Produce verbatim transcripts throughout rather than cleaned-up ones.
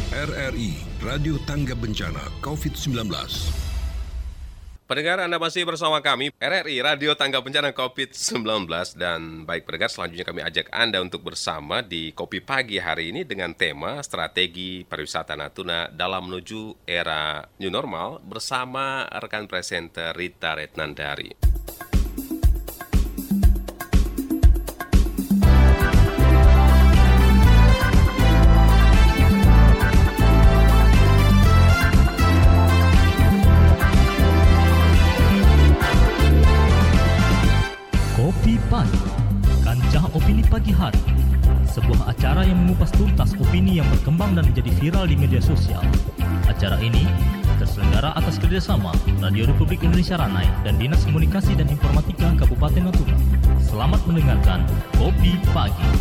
R R I, Radio Tangga Bencana covid sembilan belas. Pendengar, Anda masih bersama kami, R R I, Radio Tangga Bencana covid sembilan belas. Dan baik pendengar, selanjutnya kami ajak Anda untuk bersama di Kopi Pagi hari ini dengan tema Strategi Pariwisata Natuna dalam menuju era New Normal bersama rekan presenter Rita Retnandari. Kopi Pagi, Kancah Opini Pagi Hari. Sebuah acara yang mengupas tuntas opini yang berkembang dan menjadi viral di media sosial. Acara ini terselenggara atas kerjasama Radio Republik Indonesia Ranai dan Dinas Komunikasi dan Informatika Kabupaten Natuna. Selamat mendengarkan Kopi Pagi.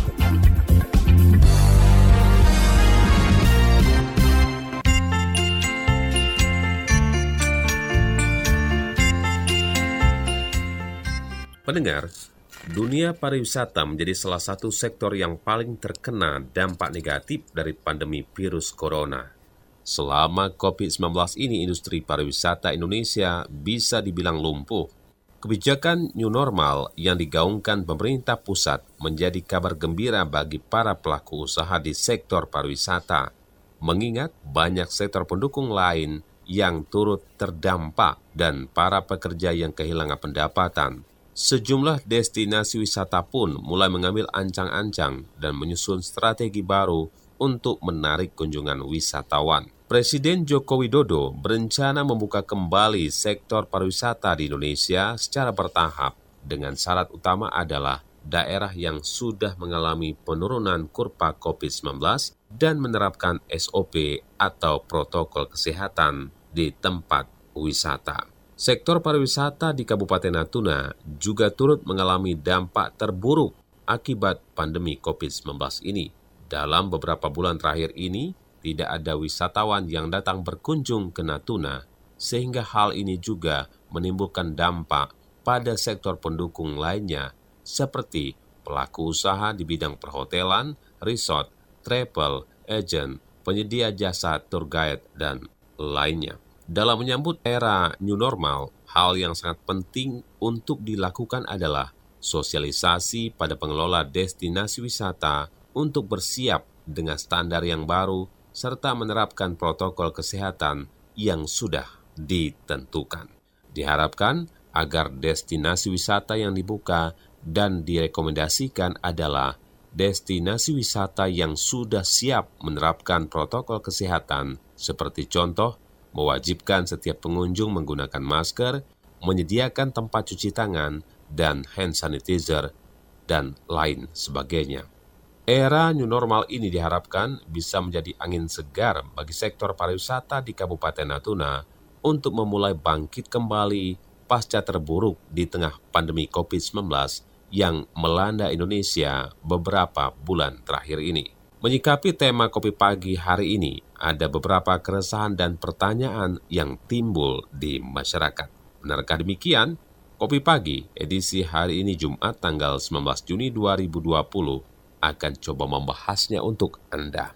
Pendengar, dunia pariwisata menjadi salah satu sektor yang paling terkena dampak negatif dari pandemi virus corona. Selama covid sembilan belas ini, industri pariwisata Indonesia bisa dibilang lumpuh. Kebijakan New Normal yang digaungkan pemerintah pusat menjadi kabar gembira bagi para pelaku usaha di sektor pariwisata, mengingat banyak sektor pendukung lain yang turut terdampak dan para pekerja yang kehilangan pendapatan. Sejumlah destinasi wisata pun mulai mengambil ancang-ancang dan menyusun strategi baru untuk menarik kunjungan wisatawan. Presiden Joko Widodo berencana membuka kembali sektor pariwisata di Indonesia secara bertahap dengan syarat utama adalah daerah yang sudah mengalami penurunan kurva covid sembilan belas dan menerapkan S O P atau protokol kesehatan di tempat wisata. Sektor pariwisata di Kabupaten Natuna juga turut mengalami dampak terburuk akibat pandemi covid sembilan belas ini. Dalam beberapa bulan terakhir ini, tidak ada wisatawan yang datang berkunjung ke Natuna, sehingga hal ini juga menimbulkan dampak pada sektor pendukung lainnya, seperti pelaku usaha di bidang perhotelan, resort, travel, agent, penyedia jasa tour guide, dan lainnya. Dalam menyambut era New Normal, hal yang sangat penting untuk dilakukan adalah sosialisasi pada pengelola destinasi wisata untuk bersiap dengan standar yang baru serta menerapkan protokol kesehatan yang sudah ditentukan. Diharapkan agar destinasi wisata yang dibuka dan direkomendasikan adalah destinasi wisata yang sudah siap menerapkan protokol kesehatan, seperti contoh mewajibkan setiap pengunjung menggunakan masker, menyediakan tempat cuci tangan, dan hand sanitizer, dan lain sebagainya. Era New Normal ini diharapkan bisa menjadi angin segar bagi sektor pariwisata di Kabupaten Natuna untuk memulai bangkit kembali pasca terburuk di tengah pandemi covid sembilan belas yang melanda Indonesia beberapa bulan terakhir ini. Menyikapi tema Kopi Pagi hari ini, ada beberapa keresahan dan pertanyaan yang timbul di masyarakat. Benarkah demikian? Kopi Pagi edisi hari ini Jumat tanggal sembilan belas Juni dua ribu dua puluh akan coba membahasnya untuk Anda.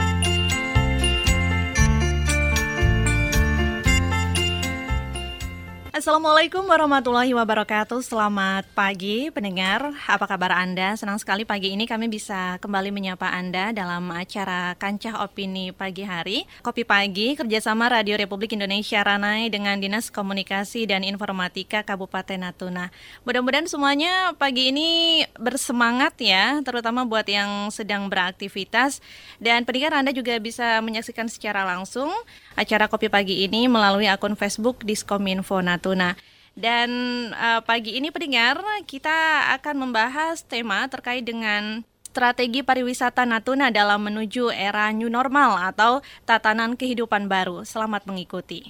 Assalamualaikum warahmatullahi wabarakatuh. Selamat pagi pendengar, apa kabar Anda? Senang sekali pagi ini kami bisa kembali menyapa Anda dalam acara Kancah Opini Pagi Hari Kopi Pagi kerjasama Radio Republik Indonesia Ranai dengan Dinas Komunikasi dan Informatika Kabupaten Natuna. Mudah-mudahan semuanya pagi ini bersemangat ya, terutama buat yang sedang beraktivitas. Dan pendengar, Anda juga bisa menyaksikan secara langsung acara Kopi Pagi ini melalui akun Facebook Diskominfo Natuna. Dan uh, pagi ini pendengar, kita akan membahas tema terkait dengan strategi pariwisata Natuna dalam menuju era New Normal atau tatanan kehidupan baru. Selamat mengikuti.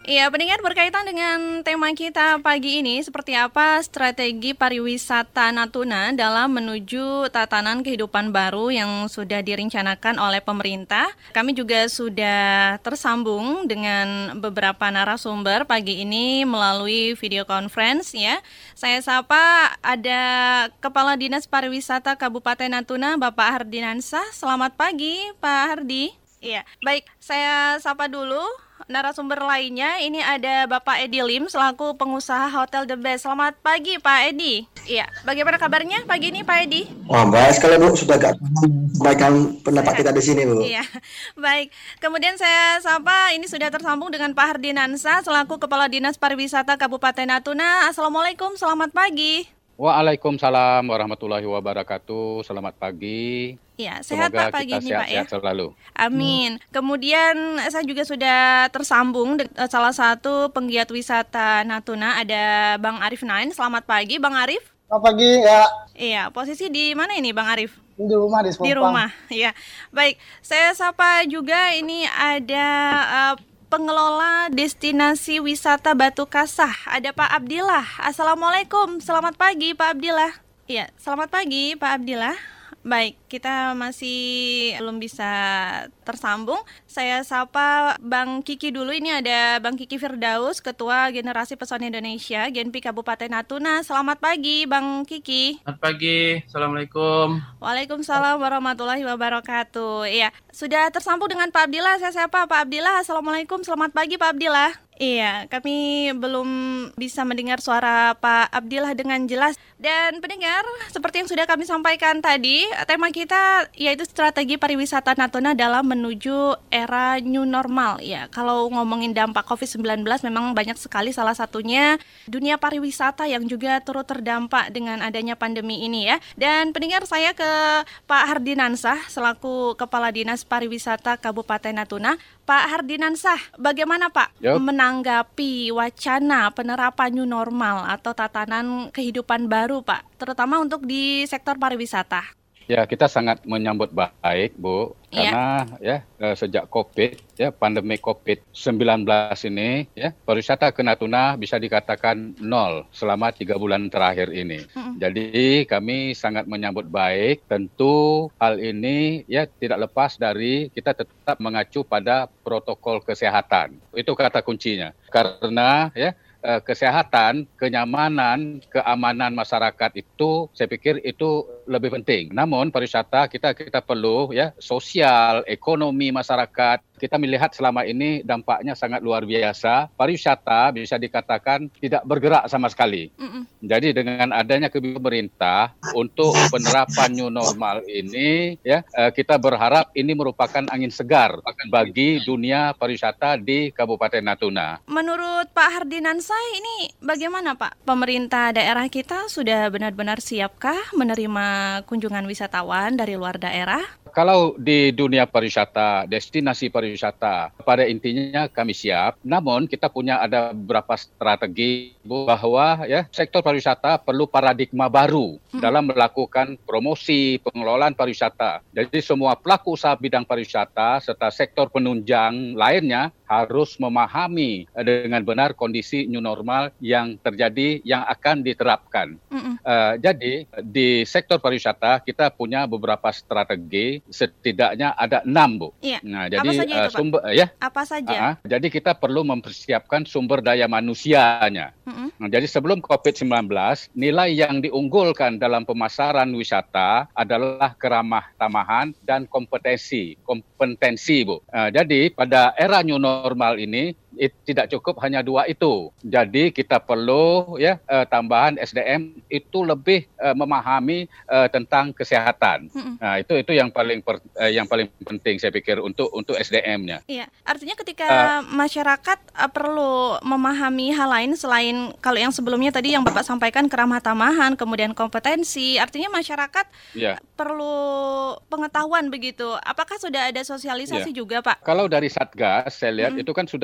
Iya, pendengar, berkaitan dengan tema kita pagi ini, seperti apa strategi pariwisata Natuna dalam menuju tatanan kehidupan baru yang sudah direncanakan oleh pemerintah. Kami juga sudah tersambung dengan beberapa narasumber pagi ini melalui video conference ya. Saya sapa ada Kepala Dinas Pariwisata Kabupaten Natuna, Bapak Hardinansah. Selamat pagi, Pak Hardi. Iya, baik, saya sapa dulu narasumber lainnya. Ini ada Bapak Edi Lim selaku pengusaha Hotel The Best. Selamat pagi Pak Edi. Iya, bagaimana kabarnya pagi ini Pak Edi? Wah, baik sekali Bu, sudah gak sampaikan pendapat kita di sini Bu. Iya, baik. Kemudian saya sapa, ini sudah tersambung dengan Pak Hardinansah selaku Kepala Dinas Pariwisata Kabupaten Natuna. Assalamualaikum, selamat pagi. Waalaikumsalam warahmatullahi wabarakatuh. Selamat pagi. Ya, sehat Semoga Pak pagi kita ini Pak ya. sehat-sehat selalu. Amin. Kemudian saya juga sudah tersambung dengan salah satu penggiat wisata Natuna, ada Bang Arif Nain. Selamat pagi Bang Arif. Selamat pagi ya. Iya, posisi di mana ini Bang Arif? Di rumah di Sepompang. Di rumah, ya. Baik, saya sapa juga ini ada uh, pengelola destinasi wisata Batu Kasah, ada Pak Abdillah. Assalamualaikum, selamat pagi Pak Abdillah. Iya, selamat pagi Pak Abdillah. Baik, kita masih belum bisa tersambung. Saya sapa Bang Kiki dulu. Ini ada Bang Kiki Firdaus, Ketua Generasi Pesona Indonesia, Genpi Kabupaten Natuna. Selamat pagi Bang Kiki. Selamat pagi, Assalamualaikum. Waalaikumsalam warahmatullahi wabarakatuh. Iya, sudah tersambung dengan Pak Abdillah. Saya sapa Pak Abdillah. Assalamualaikum, selamat pagi Pak Abdillah. Iya, kami belum bisa mendengar suara Pak Abdillah dengan jelas. Dan pendengar, seperti yang sudah kami sampaikan tadi, tema kita yaitu strategi pariwisata Natuna dalam menuju era new normal. Ya, kalau ngomongin dampak covid sembilan belas memang banyak sekali, salah satunya dunia pariwisata yang juga turut terdampak dengan adanya pandemi ini ya. Dan pendengar, saya ke Pak Hardinansah selaku Kepala Dinas Pariwisata Kabupaten Natuna. Pak Hardinansah, bagaimana Pak Yuk. menanggapi wacana penerapan new normal atau tatanan kehidupan baru Pak, terutama untuk di sektor pariwisata? Ya, kita sangat menyambut baik, Bu, karena ya, ya sejak Covid, ya pandemi covid sembilan belas ini, ya pariwisata ke Natuna bisa dikatakan nol selama tiga bulan terakhir ini. Mm-hmm. Jadi kami sangat menyambut baik. Tentu hal ini ya tidak lepas dari kita tetap mengacu pada protokol kesehatan. Itu kata kuncinya. Karena ya kesehatan, kenyamanan, keamanan masyarakat itu saya pikir itu lebih penting. Namun pariwisata kita kita perlu ya sosial, ekonomi masyarakat. Kita melihat selama ini dampaknya sangat luar biasa. Pariwisata bisa dikatakan tidak bergerak sama sekali. Mm-mm. Jadi dengan adanya kebijakan pemerintah untuk penerapan new normal ini, ya kita berharap ini merupakan angin segar bagi dunia pariwisata di Kabupaten Natuna. Menurut Pak Hardinansah, ini bagaimana Pak? Pemerintah daerah kita sudah benar-benar siapkah menerima kunjungan wisatawan dari luar daerah? Kalau di dunia pariwisata, destinasi pariwisata, pada intinya kami siap. Namun kita punya ada beberapa strategi bahwa ya sektor pariwisata perlu paradigma baru hmm. dalam melakukan promosi pengelolaan pariwisata. Jadi semua pelaku usaha bidang pariwisata serta sektor penunjang lainnya harus memahami dengan benar kondisi new normal yang terjadi yang akan diterapkan. Uh, jadi di sektor pariwisata kita punya beberapa strategi. Setidaknya ada enam, Bu. Iya. Nah, jadi apa saja itu, uh, sumber uh, ya. Apa saja? Uh, jadi kita perlu mempersiapkan sumber daya manusianya. Mm-hmm. Nah, jadi sebelum covid sembilan belas, nilai yang diunggulkan dalam pemasaran wisata adalah keramah tamahan dan kompetensi, kompetensi, Bu. Uh, jadi pada era new normal ini it, tidak cukup hanya dua itu. Jadi kita perlu ya uh, tambahan S D M itu lebih uh, memahami uh, tentang kesehatan. Mm-hmm. Nah, itu itu yang paling per, uh, yang paling penting saya pikir untuk untuk S D M-nya. Iya, artinya ketika uh, masyarakat uh, perlu memahami hal lain selain kalau yang sebelumnya tadi yang Bapak sampaikan keramah tamahan, kemudian kompetensi, artinya masyarakat yeah. perlu pengetahuan begitu. Apakah sudah ada sosialisasi yeah. juga, Pak? Kalau dari Satgas saya lihat hmm. itu kan sudah sudah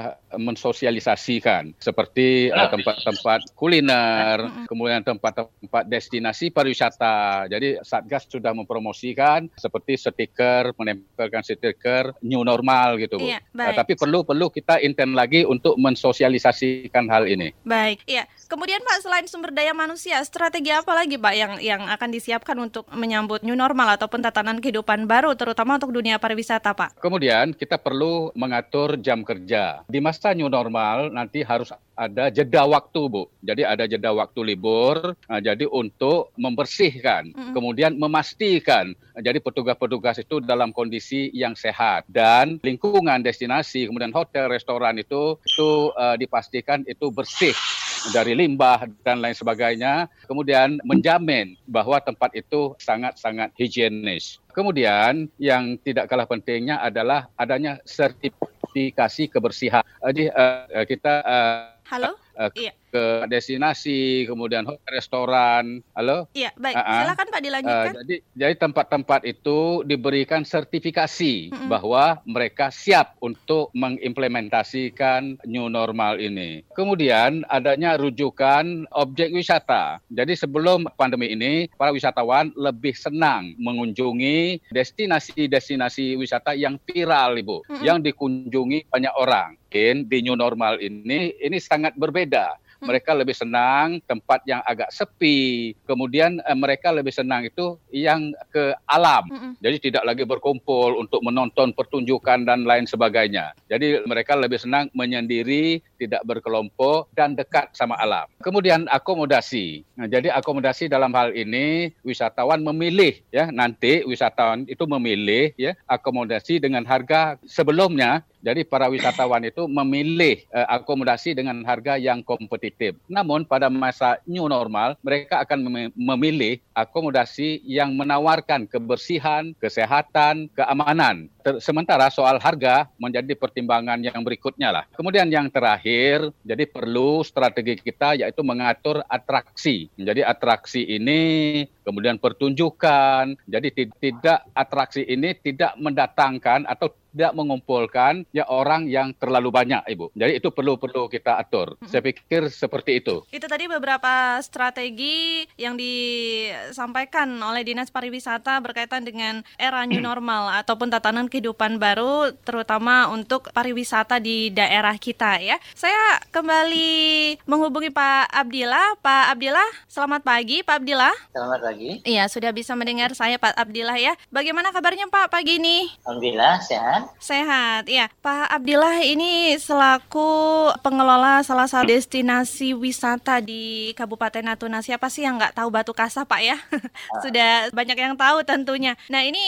sudah mensosialisasikan seperti uh, tempat-tempat kuliner, kemudian tempat-tempat destinasi pariwisata. Jadi Satgas sudah mempromosikan seperti stiker, menempelkan stiker new normal gitu, Bu. Iya, uh, tapi perlu perlu kita intens lagi untuk mensosialisasikan hal ini. Baik, iya. Kemudian Pak, selain sumber daya manusia, strategi apa lagi Pak yang yang akan disiapkan untuk menyambut new normal ataupun tatanan kehidupan baru, terutama untuk dunia pariwisata, Pak? Kemudian kita perlu mengatur jam kerja. Di masa new normal nanti harus ada jeda waktu, Bu. Jadi ada jeda waktu libur, nah, jadi untuk membersihkan, mm-hmm. kemudian memastikan, jadi petugas-petugas itu dalam kondisi yang sehat. Dan lingkungan destinasi, kemudian hotel, restoran itu, itu uh, dipastikan itu bersih dari limbah dan lain sebagainya. Kemudian menjamin bahwa tempat itu sangat-sangat higienis. Kemudian yang tidak kalah pentingnya adalah adanya sertifikasi kebersihan. Jadi uh, kita uh, Halo? Uh, iya. ke destinasi, kemudian hotel, restoran. Halo? Iya, baik. Uh-uh. Silakan Pak dilanjutkan. Uh, jadi, jadi tempat-tempat itu diberikan sertifikasi mm-hmm. bahwa mereka siap untuk mengimplementasikan new normal ini. Kemudian adanya rujukan objek wisata. Jadi sebelum pandemi ini, para wisatawan lebih senang mengunjungi destinasi-destinasi wisata yang viral, Ibu, mm-hmm. yang dikunjungi banyak orang. Mungkin di new normal ini, ini sangat berbeda. Mereka lebih senang tempat yang agak sepi. Kemudian eh, mereka lebih senang itu yang ke alam. Mm-mm. Jadi tidak lagi berkumpul untuk menonton pertunjukan dan lain sebagainya. Jadi mereka lebih senang menyendiri, tidak berkelompok dan dekat sama alam. Kemudian akomodasi. Nah, jadi akomodasi dalam hal ini wisatawan memilih ya, nanti wisatawan itu memilih ya akomodasi dengan harga sebelumnya. Jadi para wisatawan itu memilih uh, akomodasi dengan harga yang kompetitif. Namun pada masa new normal, mereka akan mem- memilih akomodasi yang menawarkan kebersihan, kesehatan, keamanan. Ter- sementara soal harga menjadi pertimbangan yang berikutnya lah. Kemudian yang terakhir, jadi perlu strategi kita yaitu mengatur atraksi. Jadi atraksi ini, kemudian pertunjukan. Jadi t- tidak atraksi ini tidak mendatangkan atau tidak mengumpulkan ya orang yang terlalu banyak, Ibu. Jadi itu perlu perlu kita atur. Mm-hmm. Saya pikir seperti itu. Itu tadi beberapa strategi yang disampaikan oleh Dinas Pariwisata berkaitan dengan era new normal ataupun tatanan kehidupan baru, terutama untuk pariwisata di daerah kita ya. Saya kembali menghubungi Pak Abdillah. Pak Abdillah, selamat pagi Pak Abdillah. Selamat pagi. Iya, sudah bisa mendengar saya Pak Abdillah ya. Bagaimana kabarnya Pak pagi ini? Alhamdulillah sehat. Sehat, ya. Pak Abdillah ini selaku pengelola salah satu destinasi wisata di Kabupaten Natuna. Siapa sih yang nggak tahu Batu Kasah, Pak ya? Sudah banyak yang tahu tentunya. Nah ini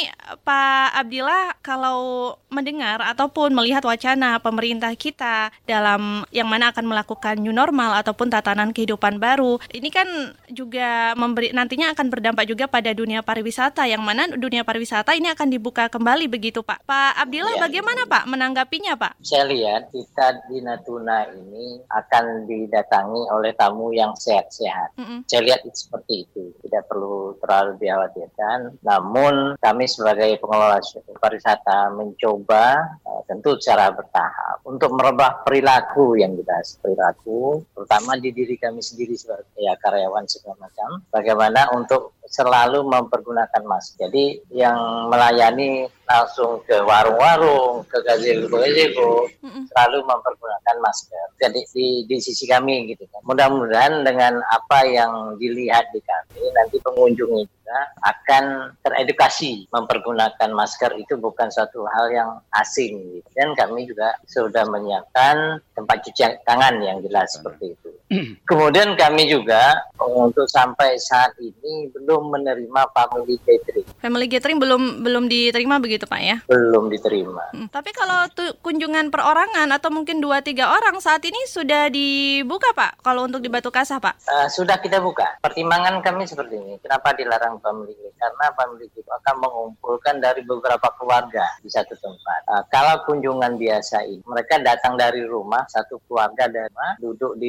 Pak Abdillah kalau mendengar ataupun melihat wacana pemerintah kita dalam yang mana akan melakukan new normal ataupun tatanan kehidupan baru, ini kan juga memberi nantinya akan berdampak juga pada dunia pariwisata, yang mana dunia pariwisata ini akan dibuka kembali begitu Pak. Pak Abdillah, ya, bagaimana Pak menanggapinya Pak? Saya lihat kita di Natuna ini akan didatangi oleh tamu yang sehat-sehat. Mm-hmm. Saya lihat itu seperti itu, tidak perlu terlalu dikhawatirkan. Namun kami sebagai pengelola pariwisata mencoba uh, tentu secara bertahap untuk merubah perilaku yang kita perilaku, terutama di diri kami sendiri sebagai ya, karyawan segala macam. Bagaimana untuk selalu mempergunakan masker. Jadi yang melayani langsung ke warung-warung, ke gazebo-gazebo, selalu mempergunakan masker. Jadi di, di sisi kami gitu kan. Mudah-mudahan dengan apa yang dilihat di kami, nanti pengunjung juga akan teredukasi mempergunakan masker itu bukan suatu hal yang asing. Gitu. Dan kami juga sudah menyiapkan tempat cuci tangan yang jelas seperti itu. Kemudian kami juga untuk sampai saat ini belum menerima family gathering. Family gathering belum belum diterima begitu Pak ya? Belum diterima. Hmm, tapi kalau tu, kunjungan perorangan atau mungkin dua tiga orang saat ini sudah dibuka Pak? Kalau untuk di Batu Kasah Pak? Uh, sudah kita buka. Pertimbangan kami seperti ini. Kenapa dilarang family gathering? Karena family gathering akan mengumpulkan dari beberapa keluarga di satu tempat. Uh, kalau kunjungan biasa ini, mereka datang dari rumah, satu keluarga dari rumah, duduk di uh,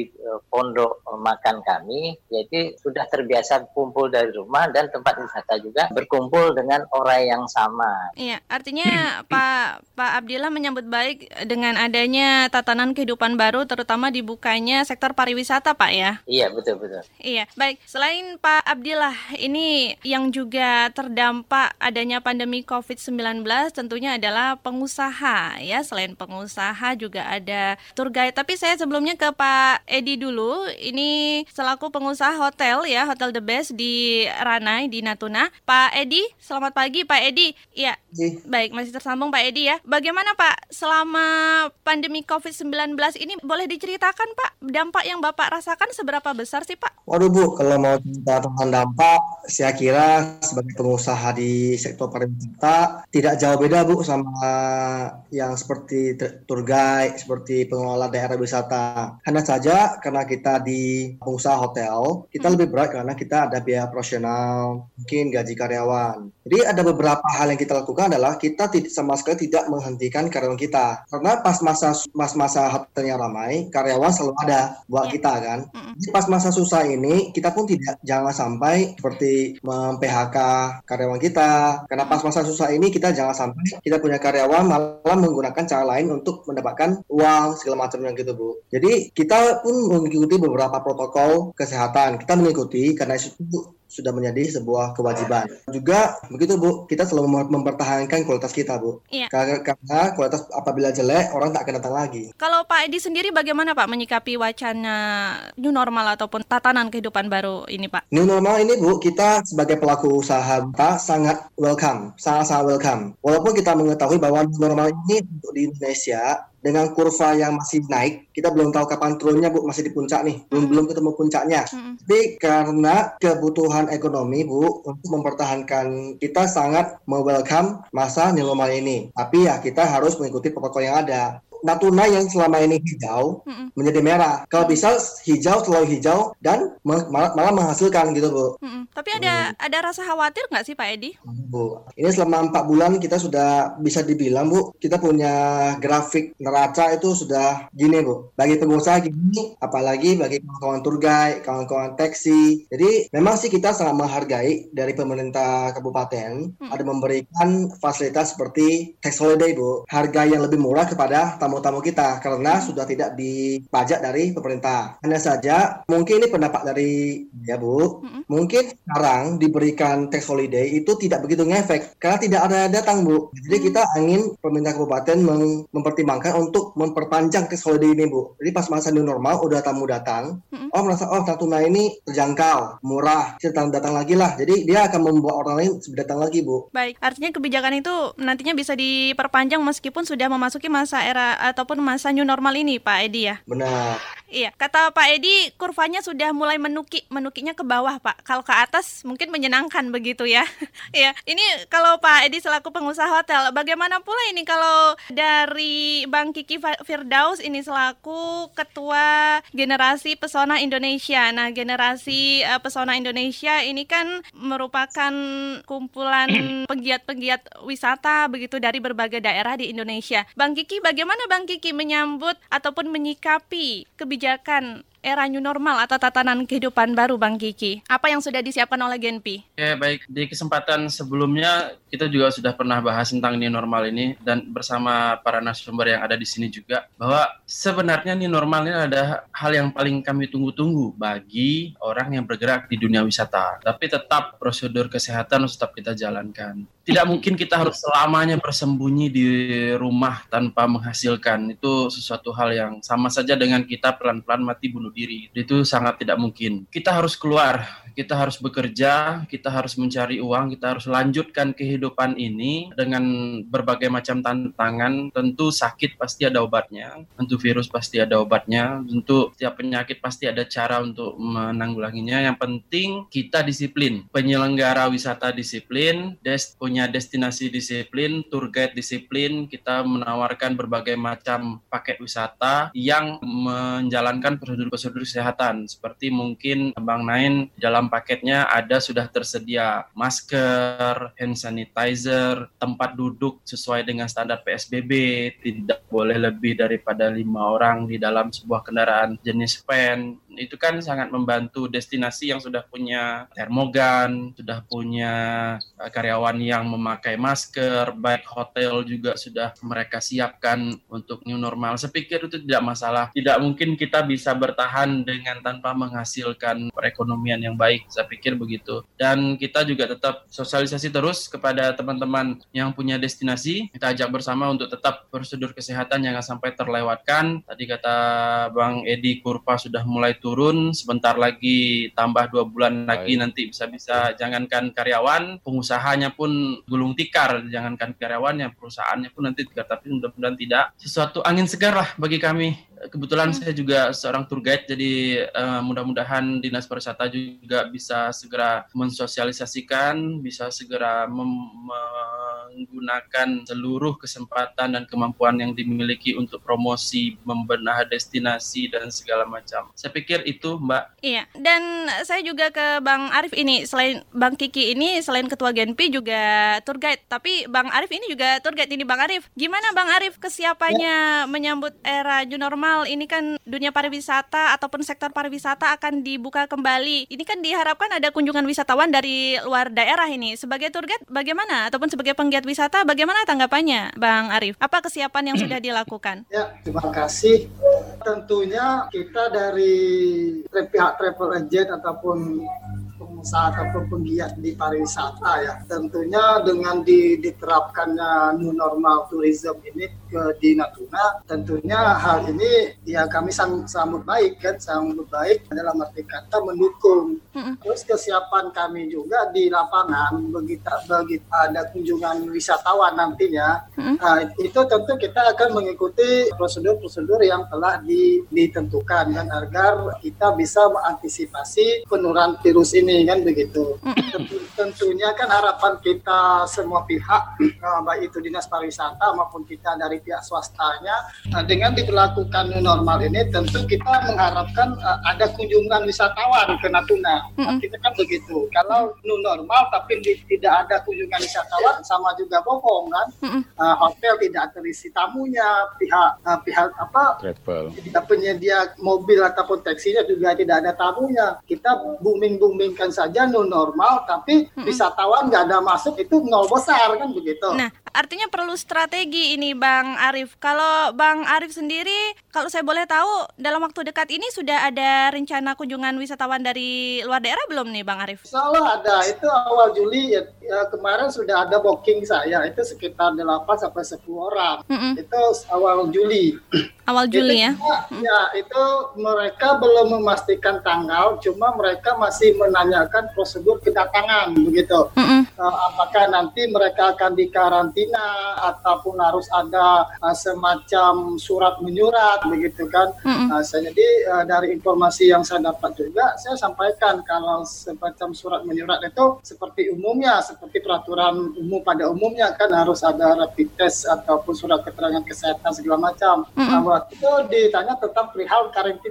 pondok makan kami, yaitu sudah terbiasa kumpul dari rumah dan tempat wisata juga berkumpul dengan orang yang sama. Iya, artinya Pak Pak Abdillah menyambut baik dengan adanya tatanan kehidupan baru, terutama dibukanya sektor pariwisata, Pak ya? Iya, betul betul. Iya, baik. Selain Pak Abdillah, ini yang juga terdampak adanya pandemi covid sembilan belas tentunya adalah pengusaha ya. Selain pengusaha juga ada tour guide. Tapi saya sebelumnya ke Pak Edi dulu. Ini selaku pengusaha hotel ya, Hotel The Best di Ranai di Natuna. Pak Edi, selamat pagi Pak Edi. Iya. Baik, masih tersambung Pak Edi ya. Bagaimana Pak selama pandemi covid sembilan belas ini, boleh diceritakan Pak dampak yang Bapak rasakan seberapa besar sih Pak? Waduh Bu, kalau mau cerita tentang dampak, saya kira sebagai pengusaha di sektor pariwisata tidak jauh beda Bu sama yang seperti tour guide, seperti pengelola daerah wisata. Hanya saja karena kita di pengusaha hotel, kita hmm. lebih berat karena kita ada biaya operasional, mungkin gaji karyawan. Jadi ada beberapa hal yang kita lakukan adalah kita tidak, sama sekali tidak menghentikan karyawan kita. Karena pas masa mas masa hotelnya ramai, karyawan selalu ada buat yeah. kita kan. Hmm. Jadi pas masa susah ini, kita pun tidak jangan sampai seperti mem-P H K karyawan kita. Karena pas masa susah ini kita jangan sampai kita punya karyawan malah menggunakan cara lain untuk mendapatkan uang segala macamnya gitu Bu. Jadi kita pun mengikuti beberapa protokol kesehatan. Kita mengikuti karena itu sudah menjadi sebuah kewajiban. Juga begitu Bu, kita selalu mempertahankan kualitas kita Bu. Iya. Karena, karena kualitas apabila jelek, orang tak akan datang lagi. Kalau Pak Edi sendiri bagaimana Pak menyikapi wacana new normal ataupun tatanan kehidupan baru ini Pak? New normal ini Bu, kita sebagai pelaku usaha kita sangat welcome, sangat-sangat welcome. Walaupun kita mengetahui bahwa new normal ini untuk di Indonesia dengan kurva yang masih naik, kita belum tahu kapan turunnya Bu, masih di puncak nih, belum belum ketemu puncaknya. Mm-hmm. Tapi karena kebutuhan ekonomi Bu, untuk mempertahankan, kita sangat me-welcome masa new normal ini. Tapi ya kita harus mengikuti protokol yang ada. Natuna yang selama ini hijau mm-mm. menjadi merah. Kalau bisa hijau selalu hijau dan malah, malah menghasilkan gitu Bu. Mm-mm. Tapi ada hmm. ada rasa khawatir nggak sih Pak Edi? Bu, ini selama empat bulan kita sudah bisa dibilang Bu, kita punya grafik neraca itu sudah gini Bu. Bagi pengusaha gini, apalagi bagi kawan-kawan tour guide, kawan-kawan taksi. Jadi memang sih kita sangat menghargai dari pemerintah kabupaten mm. ada memberikan fasilitas seperti tax holiday Bu. Harga yang lebih murah kepada tamu-tamu kita karena sudah tidak dipajak dari pemerintah. Hanya saja mungkin ini pendapat dari ya Bu, mm-hmm. mungkin sekarang diberikan tax holiday itu tidak begitu ngefek karena tidak ada datang Bu. Jadi kita ingin pemerintah kabupaten mem- mempertimbangkan untuk memperpanjang tax holiday ini Bu. Jadi pas masa new normal udah tamu datang, mm-hmm. oh merasa oh Natuna ini terjangkau, murah, kita datang lagi lah. Jadi dia akan membuat orang lain datang lagi Bu. Baik, artinya kebijakan itu nantinya bisa diperpanjang meskipun sudah memasuki masa era ataupun masa new normal ini Pak Edi ya? Benar. Iya, kata Pak Edi kurvanya sudah mulai menukik, menukiknya ke bawah Pak. Kalau ke atas mungkin menyenangkan begitu ya. Iya, ini kalau Pak Edi selaku pengusaha hotel, bagaimana pula ini kalau dari Bang Kiki Firdaus ini selaku Ketua Generasi Pesona Indonesia. Nah, Generasi uh, Pesona Indonesia ini kan merupakan kumpulan pegiat-pegiat wisata begitu dari berbagai daerah di Indonesia. Bang Kiki, bagaimana Bang Kiki menyambut ataupun menyikapi kebijakan era new normal atau tatanan kehidupan baru Bang Kiki? Apa yang sudah disiapkan oleh Genpi? Oke, baik. Di kesempatan sebelumnya kita juga sudah pernah bahas tentang new normal ini dan bersama para narasumber yang ada di sini juga bahwa sebenarnya new normal ini ada hal yang paling kami tunggu-tunggu bagi orang yang bergerak di dunia wisata. Tapi tetap prosedur kesehatan harus tetap kita jalankan. Tidak mungkin kita harus selamanya bersembunyi di rumah tanpa menghasilkan. Itu sesuatu hal yang sama saja dengan kita pelan-pelan mati bunuh diri. Itu sangat tidak mungkin. Kita harus keluar, kita harus bekerja, kita harus mencari uang, kita harus lanjutkan kehidupan ini dengan berbagai macam tantangan. Tentu sakit pasti ada obatnya, tentu virus pasti ada obatnya, tentu setiap penyakit pasti ada cara untuk menanggulanginya. Yang penting kita disiplin, penyelenggara wisata disiplin, des- punya destinasi disiplin, tour guide disiplin, kita menawarkan berbagai macam paket wisata yang menjalankan prosedur-prosedur kesehatan seperti mungkin Bang Nain dalam paketnya ada sudah tersedia masker, hand sanitizer, sanitizer, tempat duduk sesuai dengan standar P S B B, tidak boleh lebih daripada lima orang di dalam sebuah kendaraan jenis van. Itu kan sangat membantu destinasi yang sudah punya termogan, sudah punya karyawan yang memakai masker, baik hotel juga sudah mereka siapkan untuk new normal. Saya pikir itu tidak masalah. Tidak mungkin kita bisa bertahan dengan tanpa menghasilkan perekonomian yang baik. Saya pikir begitu. Dan kita juga tetap sosialisasi terus kepada teman-teman yang punya destinasi. Kita ajak bersama untuk tetap prosedur kesehatan jangan sampai terlewatkan. Tadi kata Bang Edi, kurva sudah mulai turun, sebentar lagi tambah dua bulan lagi nanti bisa-bisa jangankan karyawan, pengusahanya pun gulung tikar, jangankan karyawannya, perusahaannya pun nanti tikar, tapi mudah-mudahan tidak. Sesuatu angin segar lah bagi kami. Kebetulan hmm. saya juga seorang tour guide, jadi uh, mudah-mudahan Dinas Pariwisata juga bisa segera mensosialisasikan, bisa segera mem- menggunakan seluruh kesempatan dan kemampuan yang dimiliki untuk promosi, membenah destinasi, dan segala macam. Saya pikir itu, Mbak. Iya, dan saya juga ke Bang Arif ini, selain Bang Kiki ini, selain Ketua Genpi juga tour guide, tapi Bang Arif ini juga tour guide ini. Bang Arif, gimana Bang Arif kesiapannya ya. menyambut era new normal? Ini kan dunia pariwisata ataupun sektor pariwisata akan dibuka kembali. Ini kan diharapkan ada kunjungan wisatawan dari luar daerah ini. Sebagai tour guide bagaimana? Ataupun sebagai penggiat wisata bagaimana tanggapannya Bang Arif? Apa kesiapan yang sudah dilakukan? Ya, terima kasih. Tentunya kita dari pihak travel agent ataupun pengusaha ataupun penggiat di pariwisata ya, tentunya dengan diterapkannya new normal tourism ini ke di Natuna, tentunya hal ini ya kami sambut baik kan, sambut baik dalam arti kata mendukung. Mm-hmm. Terus kesiapan kami juga di lapangan begitu begitu ada kunjungan wisatawan nantinya, mm-hmm. nah, itu tentu kita akan mengikuti prosedur-prosedur yang telah di, ditentukan kan agar kita bisa mengantisipasi penularan virus ini. Kan begitu. Tentu, tentunya kan harapan kita semua pihak, baik itu Dinas Pariwisata maupun kita dari pihak swastanya, dengan diberlakukan new normal ini tentu kita mengharapkan ada kunjungan wisatawan ke Natuna. Kita kan begitu. Kalau new normal tapi tidak ada kunjungan wisatawan sama juga bohong kan. Hotel tidak terisi tamunya, pihak pihak apa? Travel. Tidak penyedia mobil ataupun taksinya juga tidak ada tamunya. Kita booming-booming saja new normal, tapi hmm. wisatawan nggak ada masuk, itu nol besar kan begitu. Nah, artinya perlu strategi ini Bang Arif. Kalau Bang Arif sendiri, kalau saya boleh tahu, dalam waktu dekat ini sudah ada rencana kunjungan wisatawan dari luar daerah belum nih Bang Arif? Insyaallah ada, itu awal Juli ya, ya kemarin sudah ada booking saya, itu sekitar delapan sampai sepuluh orang. Hmm. Itu awal Juli. Awal Juli itu, ya? Ya, itu mereka belum memastikan tanggal, cuma mereka masih menanyakan prosedur kedatangan begitu. Uh, apakah nanti mereka akan dikarantina ataupun harus ada uh, semacam surat menyurat begitu kan? Uh, saya jadi uh, dari informasi yang saya dapat juga saya sampaikan kalau semacam surat menyurat itu seperti umumnya, seperti peraturan umum pada umumnya kan harus ada rapid test ataupun surat keterangan kesehatan segala macam. Uh, waktu itu ditanya tentang perihal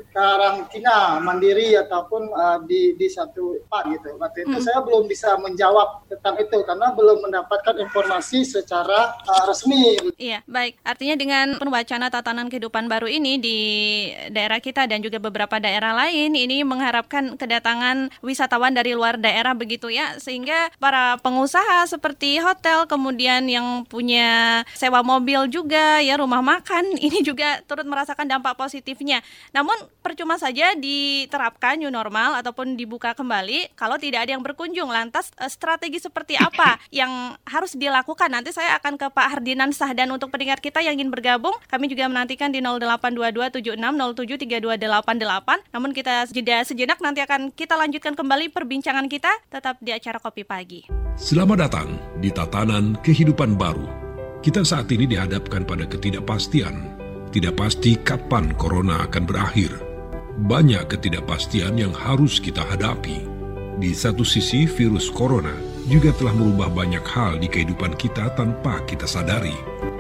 karantina mandiri ataupun uh, di di satu tempat gitu. Waktu itu hmm. saya belum bisa menjawab tentang itu karena belum mendapatkan informasi secara uh, resmi. Iya, baik. Artinya dengan wacana tatanan kehidupan baru ini di daerah kita dan juga beberapa daerah lain, ini mengharapkan kedatangan wisatawan dari luar daerah begitu ya, sehingga para pengusaha seperti hotel, kemudian yang punya sewa mobil juga, ya rumah makan, ini juga turut merasakan dampak positifnya. Namun percuma saja diterapkan new normal ataupun dibuka kembali kalau tidak ada yang berkunjung. Lantas strategi seperti apa yang harus dilakukan? Nanti saya akan ke Pak Hardinan Sahdan untuk pendengar kita yang ingin bergabung. Kami juga menantikan di nol delapan dua dua tujuh enam nol tujuh tiga dua delapan delapan. Namun kita jeda sejenak, nanti akan kita lanjutkan kembali perbincangan kita tetap di acara Kopi Pagi. Selamat datang di tatanan kehidupan baru. Kita saat ini dihadapkan pada ketidakpastian. Tidak pasti kapan corona akan berakhir. Banyak ketidakpastian yang harus kita hadapi. Di satu sisi, virus corona juga telah merubah banyak hal di kehidupan kita tanpa kita sadari.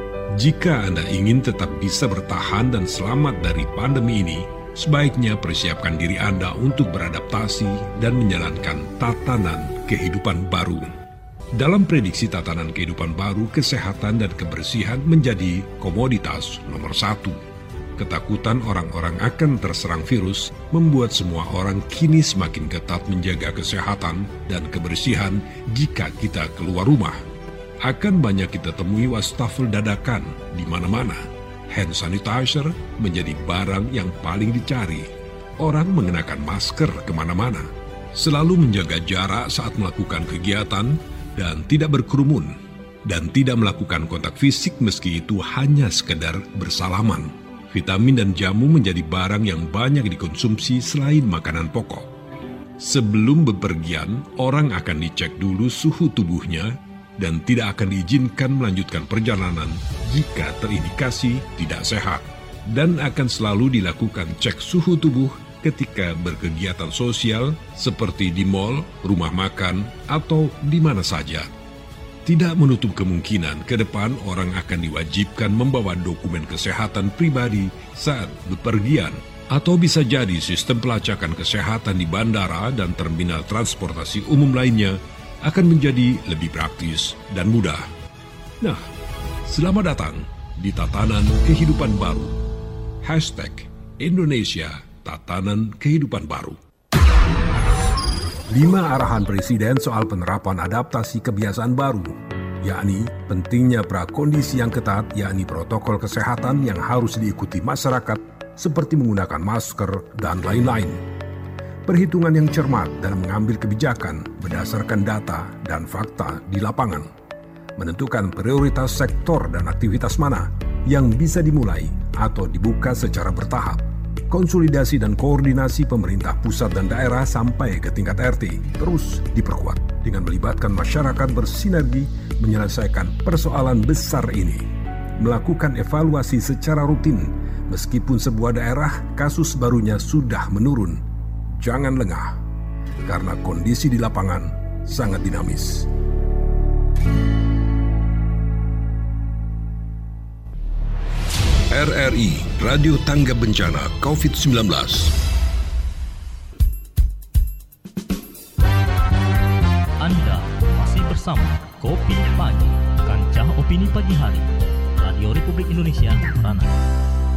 Jika Anda ingin tetap bisa bertahan dan selamat dari pandemi ini, sebaiknya persiapkan diri Anda untuk beradaptasi dan menjalankan tatanan kehidupan baru. Dalam prediksi tatanan kehidupan baru, kesehatan dan kebersihan menjadi komoditas nomor satu. Ketakutan orang-orang akan terserang virus membuat semua orang kini semakin ketat menjaga kesehatan dan kebersihan jika kita keluar rumah. Akan banyak kita temui wastafel dadakan di mana-mana. Hand sanitizer menjadi barang yang paling dicari. Orang mengenakan masker kemana-mana. Selalu menjaga jarak saat melakukan kegiatan dan tidak berkerumun. Dan tidak melakukan kontak fisik meski itu hanya sekedar bersalaman. Vitamin dan jamu menjadi barang yang banyak dikonsumsi selain makanan pokok. Sebelum bepergian, orang akan dicek dulu suhu tubuhnya dan tidak akan diizinkan melanjutkan perjalanan jika terindikasi tidak sehat. Dan akan selalu dilakukan cek suhu tubuh ketika berkegiatan sosial seperti di mal, rumah makan, atau di mana saja. Tidak menutup kemungkinan ke depan orang akan diwajibkan membawa dokumen kesehatan pribadi saat bepergian. Atau bisa jadi sistem pelacakan kesehatan di bandara dan terminal transportasi umum lainnya akan menjadi lebih praktis dan mudah. Nah, selamat datang di Tatanan Kehidupan Baru. Hashtag Indonesia Tatanan Kehidupan Baru. Lima arahan Presiden soal penerapan adaptasi kebiasaan baru, yakni pentingnya prakondisi yang ketat, yakni protokol kesehatan yang harus diikuti masyarakat seperti menggunakan masker dan lain-lain. Perhitungan yang cermat dalam mengambil kebijakan berdasarkan data dan fakta di lapangan. Menentukan prioritas sektor dan aktivitas mana yang bisa dimulai atau dibuka secara bertahap. Konsolidasi dan koordinasi pemerintah pusat dan daerah sampai ke tingkat R T terus diperkuat dengan melibatkan masyarakat bersinergi menyelesaikan persoalan besar ini. Melakukan evaluasi secara rutin meskipun sebuah daerah kasus barunya sudah menurun. Jangan lengah, karena kondisi di lapangan sangat dinamis. R R I, Radio Tangga Bencana covid sembilan belas. Anda masih bersama Kopi Pagi, Kancah Opini Pagi Hari, Radio Republik Indonesia, Ranai.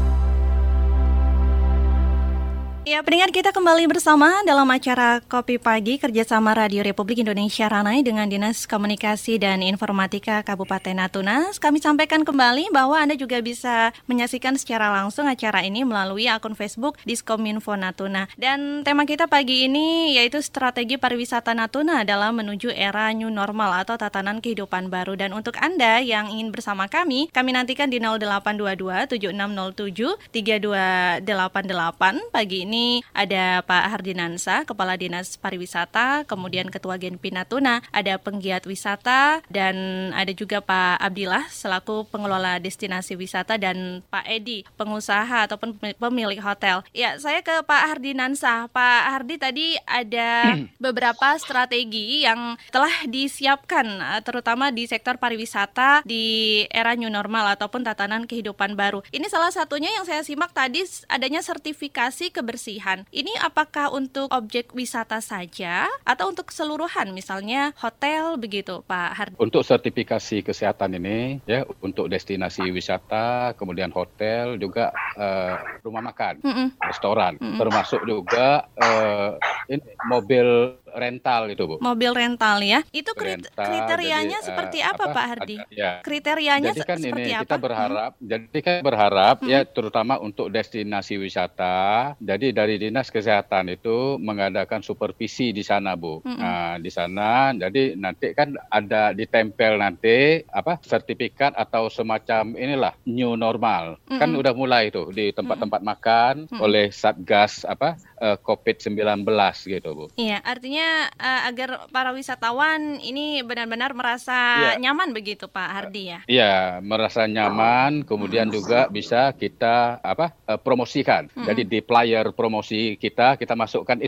Ya, pendengar, kita kembali bersama dalam acara Kopi Pagi kerjasama Radio Republik Indonesia Ranai dengan Dinas Komunikasi dan Informatika Kabupaten Natuna. Kami sampaikan kembali bahwa Anda juga bisa menyaksikan secara langsung acara ini melalui akun Facebook Diskominfo Natuna. Dan tema kita pagi ini yaitu strategi pariwisata Natuna dalam menuju era new normal atau tatanan kehidupan baru. Dan untuk Anda yang ingin bersama kami, kami nantikan di nol delapan dua dua tujuh enam nol tujuh tiga dua delapan delapan. Pagi ini Ini ada Pak Hardinansa, Kepala Dinas Pariwisata, kemudian Ketua Genpi Natuna, ada penggiat wisata, dan ada juga Pak Abdillah selaku pengelola destinasi wisata, dan Pak Edi, pengusaha ataupun pemilik hotel. Ya, saya ke Pak Hardinansa. Pak Hardi, tadi ada beberapa strategi yang telah disiapkan, terutama di sektor pariwisata di era new normal ataupun tatanan kehidupan baru. Ini salah satunya yang saya simak tadi adanya sertifikasi kebersihan. Ini apakah untuk objek wisata saja atau untuk keseluruhan, misalnya hotel begitu, Pak Hardi? Untuk sertifikasi kesehatan ini, ya, untuk destinasi wisata, kemudian hotel, juga uh, rumah makan, Mm-mm. restoran, Mm-mm. termasuk juga uh, ini mobil rental itu, Bu. Mobil rental, ya. Itu rental, kriterianya jadi, seperti uh, apa, apa, Pak Hardi? Ada, ya. Kriterianya jadi kan seperti ini, apa? Kita berharap, hmm. jadi kan berharap hmm. ya, terutama untuk destinasi wisata. Jadi dari Dinas Kesehatan itu mengadakan supervisi di sana, Bu. Hmm. Nah, di sana, jadi nanti kan ada ditempel nanti apa sertifikat atau semacam inilah new normal. Hmm. Kan udah mulai tuh di tempat-tempat hmm. makan hmm. oleh Satgas apa uh, covid sembilan belas gitu, Bu. Iya, artinya Uh, agar para wisatawan ini benar-benar merasa ya. nyaman begitu, Pak Hardi, ya? Iya, merasa nyaman, kemudian hmm. juga bisa kita apa uh, promosikan. Hmm. Jadi di player promosi kita kita masukkan itu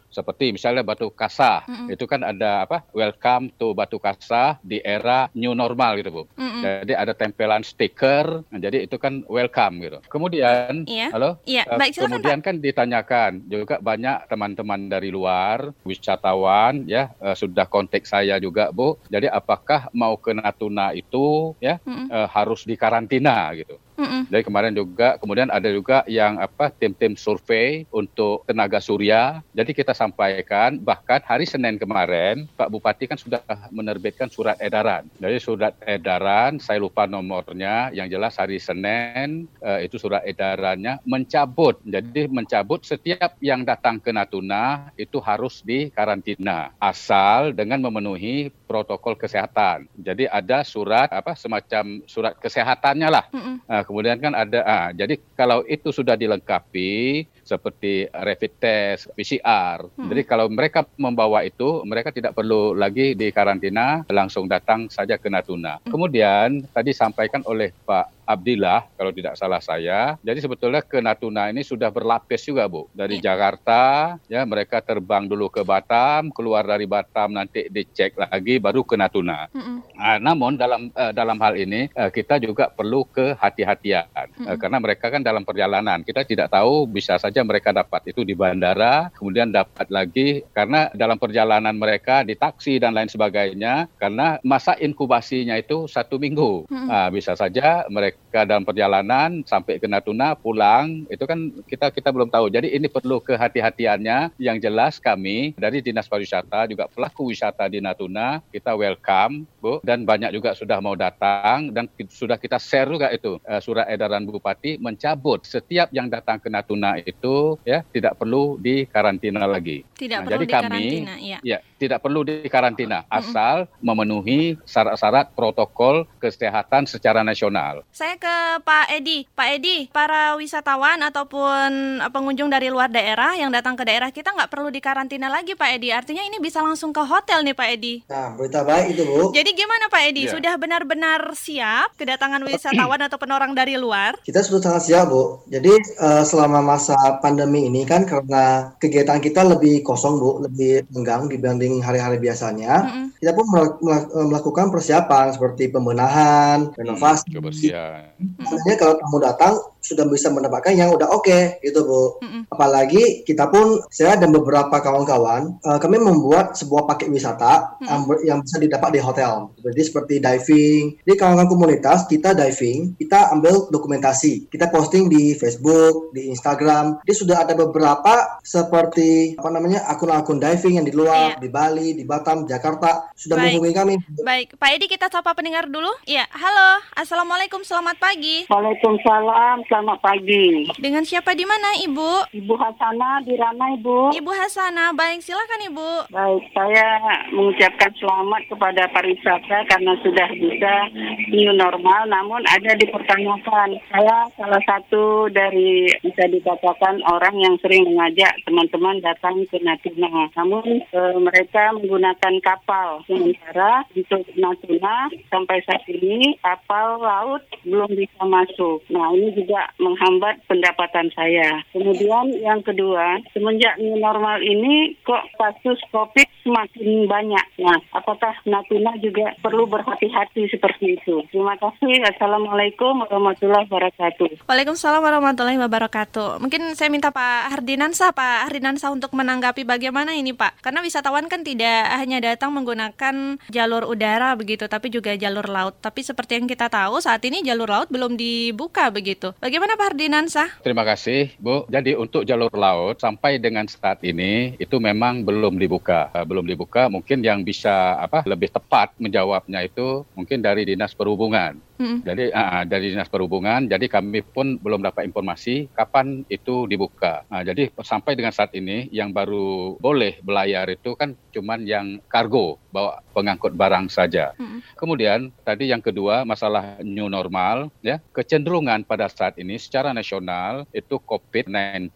seperti misalnya Batu Kasah, mm-hmm. itu kan ada apa? Welcome to Batu Kasah di era new normal gitu, Bu. Mm-hmm. Jadi ada tempelan stiker, nah, jadi itu kan welcome gitu. Kemudian, yeah. halo, yeah. Baik, silakan, kemudian Pak. kan ditanyakan juga banyak teman-teman dari luar, wisatawan, ya uh, sudah kontak saya juga, Bu. Jadi apakah mau ke Natuna itu, ya mm-hmm. uh, harus dikarantina gitu. Mm-mm. Jadi kemarin juga, kemudian ada juga yang apa tim-tim survei untuk tenaga surya. Jadi kita sampaikan, bahkan hari Senin kemarin Pak Bupati kan sudah menerbitkan surat edaran. Jadi surat edaran, saya lupa nomornya, yang jelas hari Senin eh, itu surat edarannya mencabut. Jadi mencabut setiap yang datang ke Natuna itu harus dikarantina, asal dengan memenuhi protokol kesehatan. Jadi ada surat apa semacam surat kesehatannya lah. Uh, kemudian kan ada, ah, jadi kalau itu sudah dilengkapi seperti rapid test, P C R. Hmm. Jadi kalau mereka membawa itu, mereka tidak perlu lagi dikarantina, langsung datang saja ke Natuna. Hmm. Kemudian tadi sampaikan oleh Pak Abdillah, kalau tidak salah saya. Jadi sebetulnya ke Natuna ini sudah berlapis juga, Bu. Dari yeah. Jakarta, ya mereka terbang dulu ke Batam, keluar dari Batam nanti dicek lagi, baru ke Natuna. Mm-hmm. Nah, namun dalam uh, dalam hal ini uh, kita juga perlu kehati-hatian, mm-hmm. uh, karena mereka kan dalam perjalanan. Kita tidak tahu, bisa saja mereka dapat itu di bandara, kemudian dapat lagi karena dalam perjalanan mereka di taksi dan lain sebagainya. Karena masa inkubasinya itu satu minggu, mm-hmm. uh, bisa saja mereka ke dalam perjalanan sampai ke Natuna pulang, itu kan kita kita belum tahu. Jadi ini perlu kehati-hatiannya. Yang jelas kami dari Dinas Pariwisata juga pelaku wisata di Natuna kita welcome, Bu, dan banyak juga sudah mau datang dan sudah kita share juga itu uh, surat edaran Bupati mencabut setiap yang datang ke Natuna itu ya tidak perlu dikarantina lagi. Tidak nah, perlu jadi dikarantina, kami ya. ya tidak perlu dikarantina asal mm-hmm. memenuhi syarat-syarat protokol kesehatan secara nasional. Saya ke Pak Edi. Pak Edi, para wisatawan ataupun pengunjung dari luar daerah yang datang ke daerah kita nggak perlu dikarantina lagi, Pak Edi. Artinya ini bisa langsung ke hotel nih, Pak Edi. Nah, berita baik itu, Bu. Jadi gimana, Pak Edi? Yeah. Sudah benar-benar siap kedatangan wisatawan ataupun orang dari luar? Kita sudah sangat siap, Bu. Jadi uh, selama masa pandemi ini kan karena kegiatan kita lebih kosong, Bu, lebih lenggang dibanding hari-hari biasanya. Mm-hmm. Kita pun melakukan persiapan seperti pembenahan, renovasi. Hmm, kebersihan. Sebenarnya kalau tamu datang sudah bisa mendapatkan yang udah oke okay, gitu, Bu. Mm-mm. Apalagi kita pun, saya dan beberapa kawan-kawan, uh, kami membuat sebuah paket wisata um, yang bisa didapat di hotel. Jadi seperti diving. Di kawan-kawan komunitas kita diving, kita ambil dokumentasi, kita posting di Facebook, di Instagram. Jadi sudah ada beberapa seperti apa namanya akun-akun diving yang di luar, yeah. di Bali, di Batam, Jakarta sudah Baik. menghubungi kami. Baik, Pak Edi, kita sapa pendengar dulu. Iya, halo, assalamualaikum, selamat pagi. Waalaikumsalam, selamat pagi. Dengan siapa di mana, Ibu? Ibu Hasanah di Ranai, Bu. Ibu Hasanah, baik, silakan Ibu. Baik, saya mengucapkan selamat kepada pariwisata karena sudah bisa new normal, namun ada dipertanyakan. Saya salah satu dari bisa dikatakan orang yang sering mengajak teman-teman datang ke Natuna. Namun e, mereka menggunakan kapal. Sementara untuk Natuna sampai saat ini kapal laut belum bisa masuk. Nah, ini juga menghambat pendapatan saya. Kemudian yang kedua, semenjak new normal ini kok kasus COVID semakin banyak. Nah, apakah Natuna juga perlu berhati-hati seperti itu? Terima kasih. Assalamualaikum warahmatullahi wabarakatuh. Waalaikumsalam warahmatullahi wabarakatuh. Mungkin saya minta Pak Hardinansa, Pak Hardinansa untuk menanggapi bagaimana ini, Pak. Karena wisatawan kan tidak hanya datang menggunakan jalur udara begitu, tapi juga jalur laut. Tapi seperti yang kita tahu, saat ini jalur laut belum dibuka begitu. Bagaimana Pak Hardinansa? Terima kasih, Bu. Jadi untuk jalur laut sampai dengan saat ini itu memang belum dibuka. Uh, belum dibuka. Mungkin yang bisa apa lebih tepat menjawabnya itu mungkin dari Dinas Perhubungan. Hmm. Jadi uh, dari Dinas Perhubungan, jadi kami pun belum dapat informasi kapan itu dibuka. Nah, jadi sampai dengan saat ini yang baru boleh belayar itu kan cuman yang kargo, bawa pengangkut barang saja. Hmm. Kemudian tadi yang kedua masalah new normal, ya kecenderungan pada saat ini secara nasional itu covid sembilan belas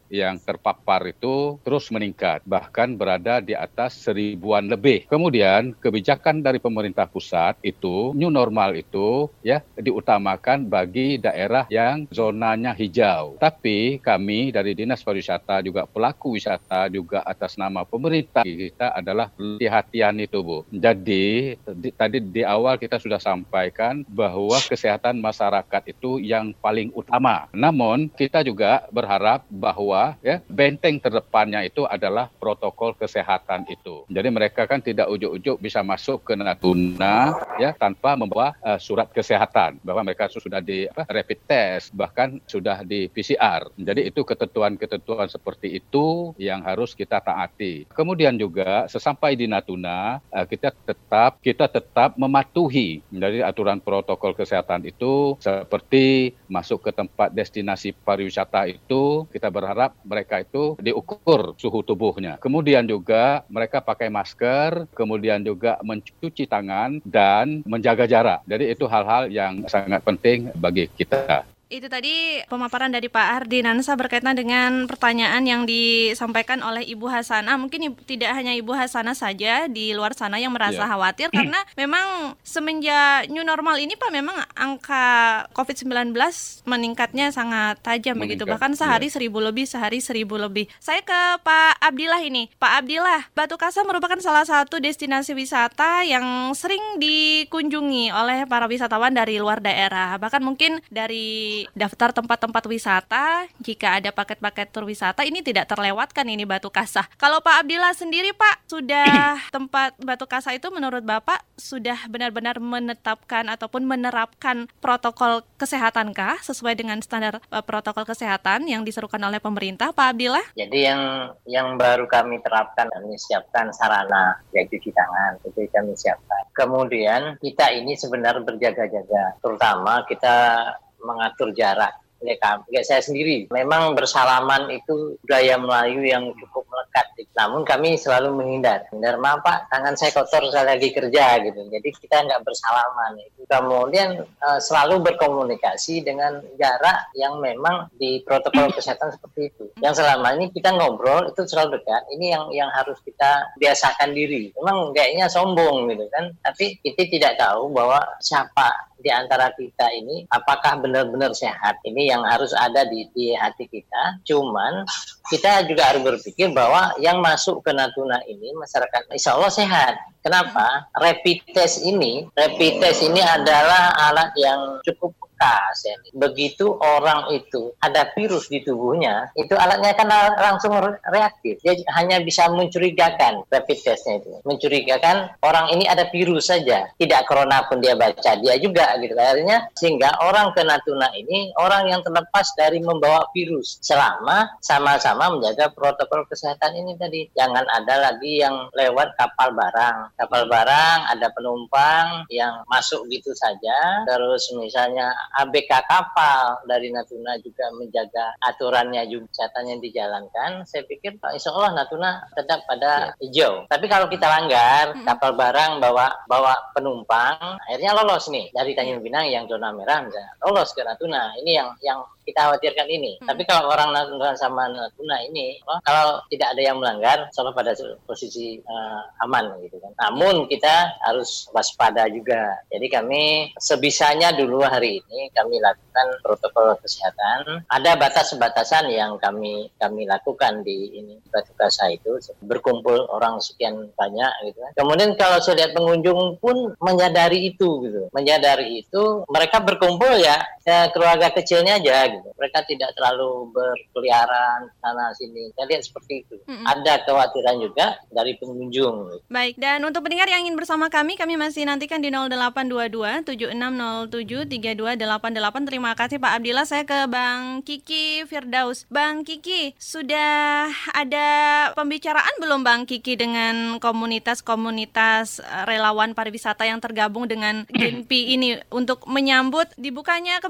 yang terpapar itu terus meningkat, bahkan berada di atas seribuan lebih. Kemudian kebijakan dari pemerintah pusat itu, new normal itu ya diutamakan bagi daerah yang zonanya hijau. Tapi kami dari Dinas Pariwisata juga pelaku wisata juga atas nama pemerintah kita adalah hati-hatian itu, Bu. Jadi di, tadi di awal kita sudah sampaikan bahwa kesehatan masyarakat itu yang paling utama. Namun kita juga berharap bahwa ya benteng terdepannya itu adalah protokol kesehatan itu. Jadi mereka kan tidak ujuk-ujuk bisa masuk ke Natuna ya tanpa membawa uh, surat kesehatan bahwa mereka sudah di apa, rapid test, bahkan sudah di P C R. Jadi itu ketentuan-ketentuan seperti itu yang harus kita taati. Kemudian juga sesampai di Natuna uh, kita tetap kita tetap mematuhi dari aturan protokol kesehatan itu, seperti masuk ke tempat destinasi pariwisata itu kita berharap mereka itu diukur suhu tubuhnya. Kemudian juga mereka pakai masker, kemudian juga mencuci tangan dan menjaga jarak. Jadi itu hal-hal yang sangat penting bagi kita. Itu tadi pemaparan dari Pak Hardinansa berkaitan dengan pertanyaan yang disampaikan oleh Ibu Hasanah. Mungkin tidak hanya Ibu Hasanah saja di luar sana yang merasa yeah. khawatir karena memang semenjak new normal ini Pak, memang angka covid sembilan belas meningkatnya sangat tajam. Meningkat, begitu. Bahkan sehari yeah. seribu lebih, sehari seribu lebih. Saya ke Pak Abdillah ini. Pak Abdillah, Batu Kasa merupakan salah satu destinasi wisata yang sering dikunjungi oleh para wisatawan dari luar daerah. Bahkan mungkin dari daftar tempat-tempat wisata, jika ada paket-paket tur wisata, ini tidak terlewatkan ini Batu Kasa. Kalau Pak Abdillah sendiri Pak, sudah tempat Batu Kasa itu menurut Bapak sudah benar-benar menetapkan ataupun menerapkan protokol kesehatankah sesuai dengan standar uh, protokol kesehatan yang diserukan oleh pemerintah, Pak Abdillah? Jadi yang yang baru kami terapkan, kami siapkan sarana, yaitu cuci tangan, itu kami siapkan. Kemudian kita ini sebenarnya berjaga-jaga, terutama kita mengatur jarak. Ya, saya sendiri memang bersalaman itu budaya Melayu yang cukup melekat. Namun kami selalu menghindar. Menghindar, maaf Pak, tangan saya kotor, saya lagi kerja gitu. Jadi kita nggak bersalaman. Kemudian uh, selalu berkomunikasi dengan jarak yang memang di protokol kesehatan seperti itu. Yang selama ini kita ngobrol itu selalu dekat. Ini yang yang harus kita biasakan diri. Memang kayaknya sombong gitu kan. Tapi kita tidak tahu bahwa siapa di antara kita ini apakah benar-benar sehat. Ini yang harus ada di, di hati kita. Cuman kita juga harus berpikir bahwa yang masuk ke Natuna ini masyarakat insya Allah sehat. Kenapa? Rapid test ini, rapid test ini adalah alat yang cukup bekas. Ya. Begitu orang itu ada virus di tubuhnya, itu alatnya akan langsung reaktif. Dia hanya bisa mencurigakan rapid testnya itu. Mencurigakan orang ini ada virus saja. Tidak corona pun dia baca, dia juga gitu. Akhirnya sehingga orang ke Natuna ini orang yang terlepas dari membawa virus selama sama-sama menjaga protokol kesehatan ini tadi. Jangan ada lagi yang lewat kapal barang. Kapal barang ada penumpang yang masuk gitu saja. Terus misalnya A B K kapal dari Natuna juga menjaga aturannya juga kesehatan yang dijalankan. Saya pikir insya Allah Natuna tetap pada hijau. Tapi kalau kita langgar kapal barang bawa bawa penumpang, akhirnya lolos nih dari Tanjung Pinang yang zona merah misalnya, lolos ke Natuna. Ini yang yang kita khawatirkan ini. Hmm. Tapi kalau orang Natuna sama Natuna ini, oh, kalau tidak ada yang melanggar, selalu pada posisi uh, aman gitu kan. Namun kita harus waspada juga. Jadi kami sebisanya dulu hari ini kami lakukan protokol kesehatan. Ada batas-batasan yang kami kami lakukan di ini Batu Kasa itu, berkumpul orang sekian banyak gitu kan. Kemudian kalau saya lihat pengunjung pun menyadari itu gitu. Menyadari itu mereka berkumpul ya, ya keluarga kecilnya aja gitu. Mereka tidak terlalu berkeliaran sana sini. Saya lihat seperti itu. Mm-hmm. Ada kekhawatiran juga dari pengunjung. Baik, dan untuk pendengar yang ingin bersama kami, kami masih nantikan di nol delapan dua dua tujuh enam nol tujuh tiga dua delapan delapan. Terima kasih Pak Abdillah. Saya ke Bang Kiki Firdaus. Bang Kiki, sudah ada pembicaraan belum Bang Kiki dengan komunitas-komunitas relawan pariwisata yang tergabung dengan Genpi ini untuk menyambut dibukanya kembali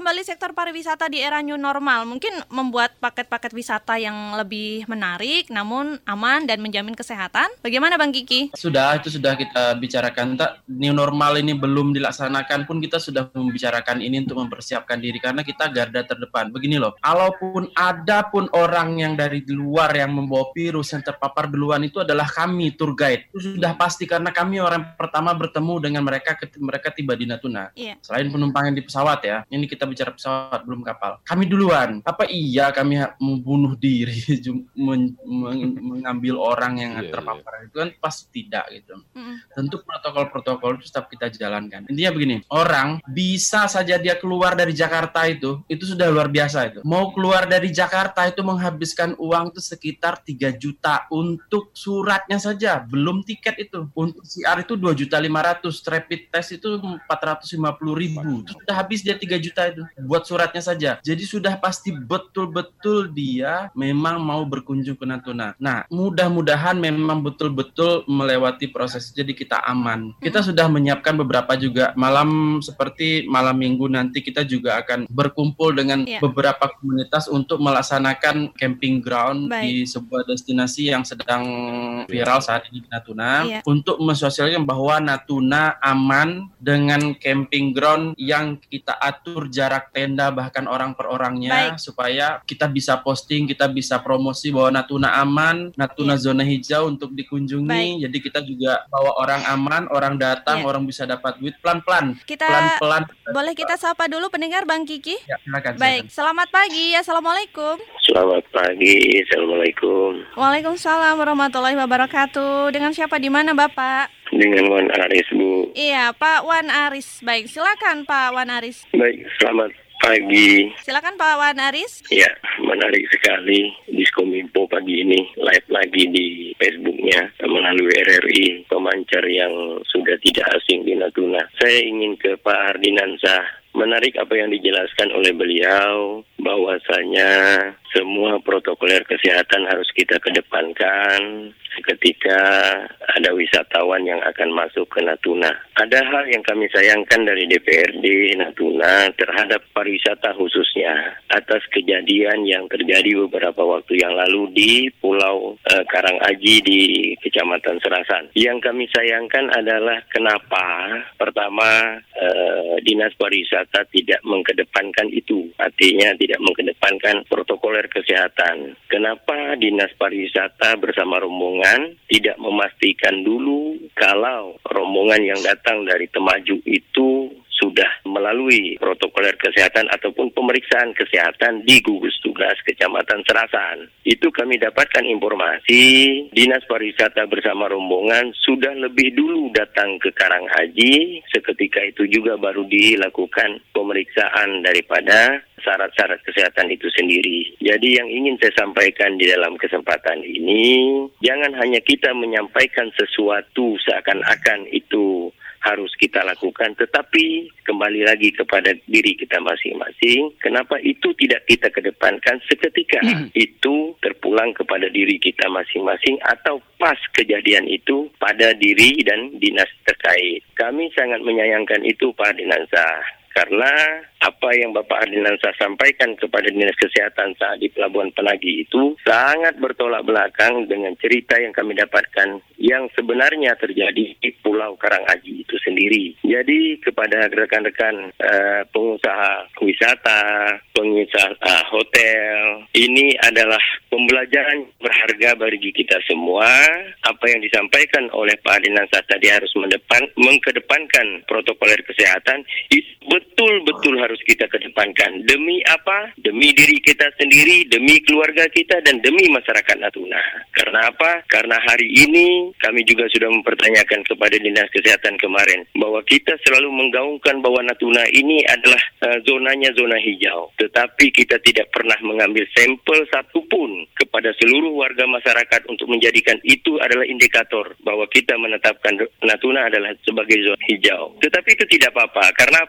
kembali sektor pariwisata di era new normal, mungkin membuat paket-paket wisata yang lebih menarik, namun aman dan menjamin kesehatan. Bagaimana Bang Kiki? Sudah, itu sudah kita bicarakan. Tak, new normal ini belum dilaksanakan pun kita sudah membicarakan ini untuk mempersiapkan diri, karena kita garda terdepan. Begini loh, kalaupun ada pun orang yang dari luar yang membawa virus yang terpapar duluan, itu adalah kami, tour guide. Itu sudah pasti, karena kami orang pertama bertemu dengan mereka ketika mereka tiba di Natuna. Yeah. Selain penumpang yang di pesawat ya, ini kita bicara pesawat belum kapal. Kami duluan. Apa iya kami membunuh diri men- men- mengambil orang yang yeah, terpapar yeah. itu kan pasti tidak gitu. Mm-hmm. Tentu protokol-protokol itu tetap kita jalankan. Intinya begini, orang bisa saja dia keluar dari Jakarta itu, itu sudah luar biasa itu. Mau keluar dari Jakarta itu menghabiskan uang itu sekitar tiga juta untuk suratnya saja, belum tiket itu. Untuk C R itu dua juta lima ratus, rapid test itu empat ratus lima puluh ribu. Itu sudah habis dia tiga juta itu buat suratnya saja. Jadi sudah pasti betul-betul dia memang mau berkunjung ke Natuna. Nah, mudah-mudahan memang betul-betul melewati proses, jadi kita aman. Kita sudah menyiapkan beberapa juga malam, seperti malam minggu nanti kita juga akan berkumpul dengan yeah. beberapa komunitas untuk melaksanakan camping ground Baik. di sebuah destinasi yang sedang viral saat ini di Natuna, yeah. untuk mensosialisasikan bahwa Natuna aman dengan camping ground yang kita atur jarak tenda bahkan orang per orangnya. Baik. Supaya kita bisa posting, kita bisa promosi bahwa Natuna aman, Natuna yeah. zona hijau untuk dikunjungi. Baik. Jadi kita juga bawa orang aman, orang datang, yeah. orang bisa dapat duit pelan-pelan. Kita pelan-pelan. Boleh kita sapa dulu pendengar Bang Kiki? Ya, silakan. Baik, silakan. Selamat pagi. Assalamualaikum. Selamat pagi. Assalamualaikum. Waalaikumsalam warahmatullahi wabarakatuh. Dengan siapa di mana Bapak? Dengan Wan Aris, Bu. Iya, Pak Wan Aris. Baik, silakan Pak Wan Aris. Baik, selamat pagi. Silakan Pak Wan Aris. Ya, menarik sekali Diskominfo pagi ini live lagi di Facebooknya melalui R R I, pemancar yang sudah tidak asing di Natuna. Saya ingin ke Pak Hardinansyah. Menarik apa yang dijelaskan oleh beliau, bahwasanya semua protokoler kesehatan harus kita kedepankan ketika ada wisatawan yang akan masuk ke Natuna. Ada hal yang kami sayangkan dari D P R D Natuna terhadap pariwisata khususnya atas kejadian yang terjadi beberapa waktu yang lalu di Pulau eh, Karangaji di Kecamatan Serasan. Yang kami sayangkan adalah kenapa pertama eh, Dinas Pariwisata tidak mengedepankan itu, artinya tidak mengedepankan protokoler kesehatan. Kenapa Dinas Pariwisata bersama rombongan tidak memastikan dulu kalau rombongan yang datang dari Temajuk itu sudah melalui protokoler kesehatan ataupun pemeriksaan kesehatan di gugus tugas Kecamatan Serasan. Itu kami dapatkan informasi Dinas Pariwisata bersama rombongan sudah lebih dulu datang ke Karanghaji, seketika itu juga baru dilakukan pemeriksaan daripada syarat-syarat kesehatan itu sendiri. Jadi yang ingin saya sampaikan di dalam kesempatan ini, jangan hanya kita menyampaikan sesuatu seakan-akan itu harus kita lakukan, tetapi kembali lagi kepada diri kita masing-masing. Kenapa itu tidak kita kedepankan seketika hmm. itu terpulang kepada diri kita masing-masing atau pas kejadian itu pada diri dan dinas terkait. Kami sangat menyayangkan itu Pak Hardinansyah. Karena apa yang Bapak Hardinansyah sampaikan kepada Dinas Kesehatan saat di Pelabuhan Penagi itu sangat bertolak belakang dengan cerita yang kami dapatkan yang sebenarnya terjadi di Pulau Karangaji itu sendiri. Jadi kepada rekan-rekan uh, pengusaha wisata, pengusaha uh, hotel, ini adalah pembelajaran berharga bagi kita semua. Apa yang disampaikan oleh Pak Hardinansyah tadi harus mendepan, mengkedepankan protokoler kesehatan itu betul-betul harus kita kedepankan. Demi apa? Demi diri kita sendiri, demi keluarga kita, dan demi masyarakat Natuna. Karena apa? Karena hari ini kami juga sudah mempertanyakan kepada Dinas Kesehatan kemarin bahwa kita selalu menggaungkan bahwa Natuna ini adalah uh, zonanya zona hijau. Tetapi kita tidak pernah mengambil sampel satupun kepada seluruh warga masyarakat untuk menjadikan itu adalah indikator bahwa kita menetapkan Natuna adalah sebagai zona hijau. Tetapi itu tidak apa-apa. Karena apa?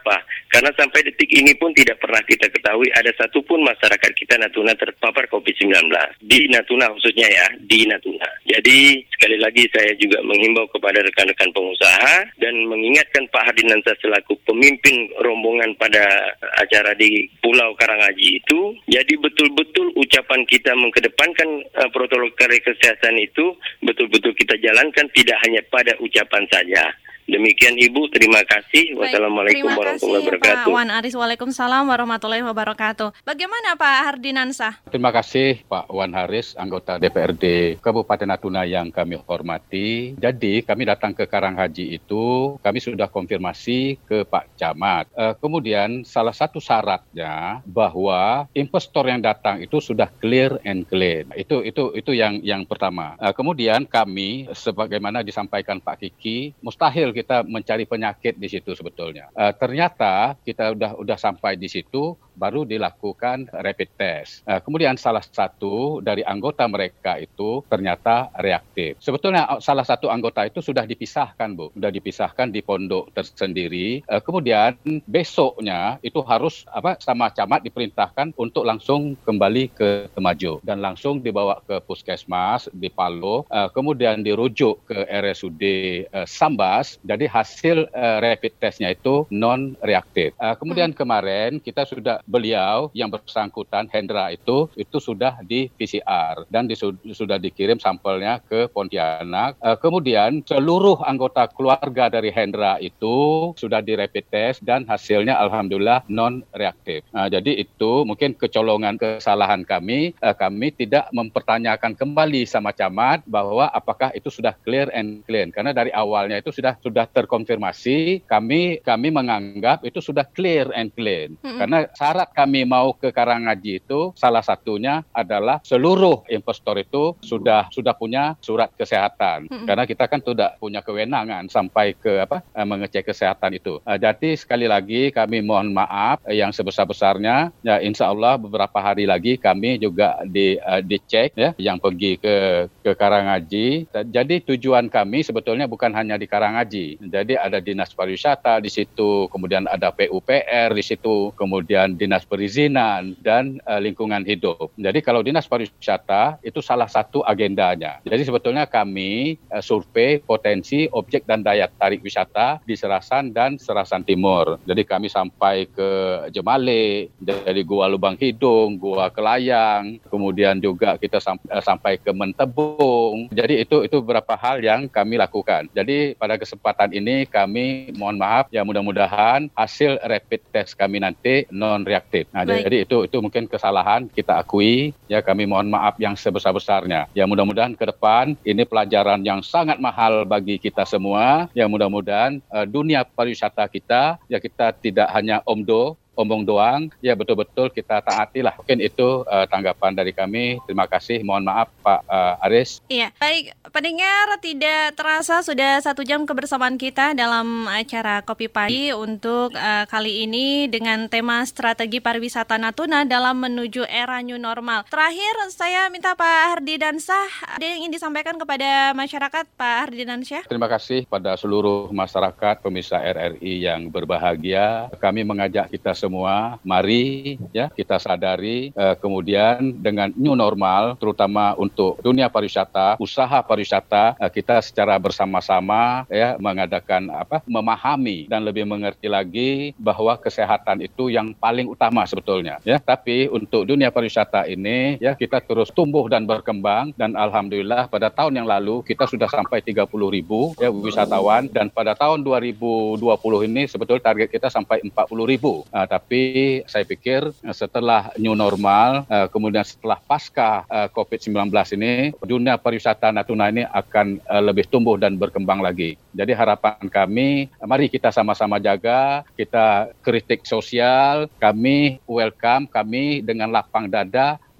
Karena sampai detik ini pun tidak pernah kita ketahui ada satupun masyarakat kita Natuna terpapar covid sembilan belas. Di Natuna khususnya ya, di Natuna. Jadi sekali lagi saya juga menghimbau kepada rekan-rekan pengusaha dan mengingatkan Pak Hardinansyah selaku pemimpin rombongan pada acara di Pulau Karangaji itu, jadi betul-betul ucapan kita mengedepankan uh, protokol kesehatan itu betul-betul kita jalankan, tidak hanya pada ucapan saja. Demikian Ibu, terima kasih. Baik, Wassalamualaikum warahmatullahi wabarakatuh. Pak Wan Aris, waalaikumsalam warahmatullahi wabarakatuh. Bagaimana Pak Hardinansyah? Terima kasih Pak Wan Haris, anggota D P R D Kabupaten Natuna yang kami hormati. Jadi kami datang ke Karanghaji itu, kami sudah konfirmasi ke Pak Camat. E, kemudian salah satu syaratnya bahwa investor yang datang itu sudah clear and clean. Itu itu itu yang yang pertama. E, kemudian kami, sebagaimana disampaikan Pak Kiki, mustahil kita mencari penyakit di situ sebetulnya. Uh, ternyata kita udah udah sampai di situ baru dilakukan rapid test. Uh, kemudian salah satu dari anggota mereka itu ternyata reaktif. Sebetulnya salah satu anggota itu sudah dipisahkan, Bu. Sudah dipisahkan di pondok tersendiri. Uh, kemudian besoknya itu harus apa sama camat diperintahkan untuk langsung kembali ke Temajo dan langsung dibawa ke puskesmas di Palo. Uh, kemudian dirujuk ke R S U D uh, Sambas. Jadi hasil uh, rapid testnya itu non-reaktif. Uh, kemudian hmm. kemarin kita sudah beliau yang bersangkutan Hendra itu itu sudah di P C R dan di, sudah dikirim sampelnya ke Pontianak. Uh, kemudian seluruh anggota keluarga dari Hendra itu sudah di rapid test dan hasilnya alhamdulillah non-reaktif. Uh, jadi itu mungkin kecolongan kesalahan kami. Uh, kami tidak mempertanyakan kembali sama camat bahwa apakah itu sudah clear and clean, karena dari awalnya itu sudah sudah terkonfirmasi, kami kami menganggap itu sudah clear and clean. Mm-hmm. Karena syarat kami mau ke Karanghaji itu salah satunya adalah seluruh investor itu sudah sudah punya surat kesehatan. Mm-hmm. Karena kita kan tidak punya kewenangan sampai ke apa mengecek kesehatan itu. Uh, jadi sekali lagi kami mohon maaf uh, yang sebesar-besarnya. Ya insya Allah beberapa hari lagi kami juga di uh, dicek ya yang pergi ke ke Karanghaji. Jadi tujuan kami sebetulnya bukan hanya di Karanghaji. Jadi ada dinas pariwisata di situ, kemudian ada P U P R di situ, kemudian dinas perizinan dan uh, lingkungan hidup. Jadi kalau dinas pariwisata itu salah satu agendanya. Jadi sebetulnya kami uh, survei potensi objek dan daya tarik wisata di Serasan dan Serasan Timur. Jadi kami sampai ke Jemale, dari Gua Lubang Hidung, Gua Kelayang, kemudian juga kita sampai, uh, sampai ke Mentebung. Jadi itu itu beberapa hal yang kami lakukan. Jadi pada kesempatan ini kami mohon maaf ya, mudah-mudahan hasil rapid test kami nanti non reaktif. Nah, Baik. jadi itu itu mungkin kesalahan kita akui ya, kami mohon maaf yang sebesar-besarnya. Ya mudah-mudahan ke depan ini pelajaran yang sangat mahal bagi kita semua. Ya mudah-mudahan uh, dunia pariwisata kita ya kita tidak hanya omdo omong doang, ya betul-betul kita taatilah. Mungkin itu uh, tanggapan dari kami. Terima kasih, mohon maaf Pak uh, Aris. Iya, baik pendengar, tidak terasa sudah satu jam kebersamaan kita dalam acara Kopi Pagi untuk uh, kali ini dengan tema strategi pariwisata Natuna dalam menuju era new normal. Terakhir saya minta Pak Hardinansyah, ada yang ingin disampaikan kepada masyarakat, Pak Hardinansyah? Terima kasih pada seluruh masyarakat pemirsa R R I yang berbahagia. Kami mengajak kita semua, mari ya kita sadari eh, kemudian dengan new normal, terutama untuk dunia pariwisata, usaha pariwisata, eh, kita secara bersama-sama ya mengadakan apa, memahami dan lebih mengerti lagi bahwa kesehatan itu yang paling utama sebetulnya ya. Tapi untuk dunia pariwisata ini ya kita terus tumbuh dan berkembang, dan alhamdulillah pada tahun yang lalu kita sudah sampai tiga puluh ribu ya wisatawan, dan pada tahun dua ribu dua puluh ini sebetulnya target kita sampai empat puluh ribu. Uh, tapi saya pikir uh, setelah new normal, uh, kemudian setelah pasca uh, covid sembilan belas ini, dunia pariwisata Natuna ini akan uh, lebih tumbuh dan berkembang lagi. Jadi harapan kami, uh, mari kita sama-sama jaga, kita kritik sosial, kami welcome, kami dengan lapang dada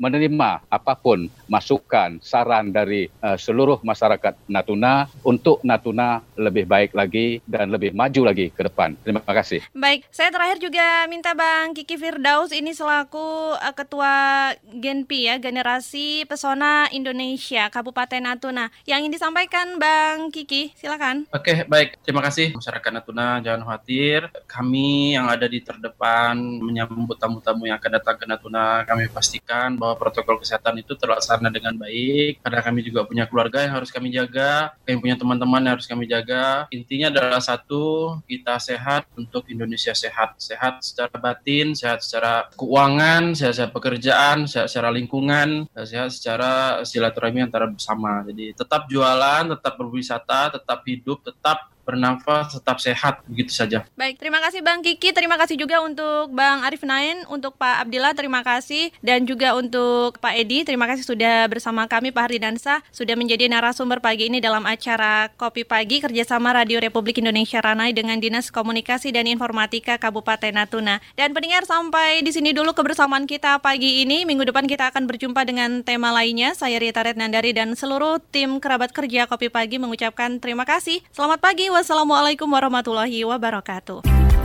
menerima apapun masukan, saran dari uh, seluruh masyarakat Natuna untuk Natuna lebih baik lagi dan lebih maju lagi ke depan. Terima kasih. Baik, saya terakhir juga minta Bang Kiki Firdaus ini selaku uh, Ketua Genpi ya, Generasi Pesona Indonesia Kabupaten Natuna. Yang ingin disampaikan Bang Kiki, silakan. Oke, baik. Terima kasih masyarakat Natuna, jangan khawatir. Kami yang ada di terdepan menyambut tamu-tamu yang akan datang ke Natuna, kami pastikan bahwa protokol kesehatan itu terlaksana dengan baik, karena kami juga punya keluarga yang harus kami jaga, kami punya teman-teman yang harus kami jaga. Intinya adalah satu, kita sehat untuk Indonesia sehat. Sehat secara batin, sehat secara keuangan, sehat secara pekerjaan, sehat secara lingkungan, sehat secara silaturahmi antara bersama. Jadi tetap jualan, tetap berwisata, tetap hidup, tetap bernafas, tetap sehat, begitu saja. Baik, terima kasih Bang Kiki, terima kasih juga untuk Bang Arif Nain, untuk Pak Abdillah, terima kasih, dan juga untuk Pak Edi, terima kasih sudah bersama kami, Pak Hardinansyah, sudah menjadi narasumber pagi ini dalam acara Kopi Pagi kerjasama Radio Republik Indonesia Ranai dengan Dinas Komunikasi dan Informatika Kabupaten Natuna. Dan pendengar, sampai di sini dulu kebersamaan kita pagi ini. Minggu depan kita akan berjumpa dengan tema lainnya. Saya Rita Retnandari dan seluruh tim kerabat kerja Kopi Pagi mengucapkan terima kasih. Selamat pagi. Wassalamualaikum warahmatullahi wabarakatuh.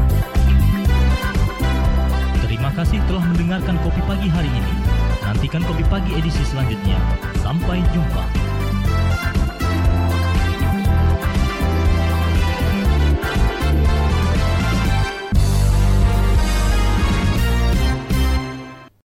Terima kasih telah mendengarkan Kopi Pagi hari ini. Nantikan Kopi Pagi edisi selanjutnya. Sampai jumpa.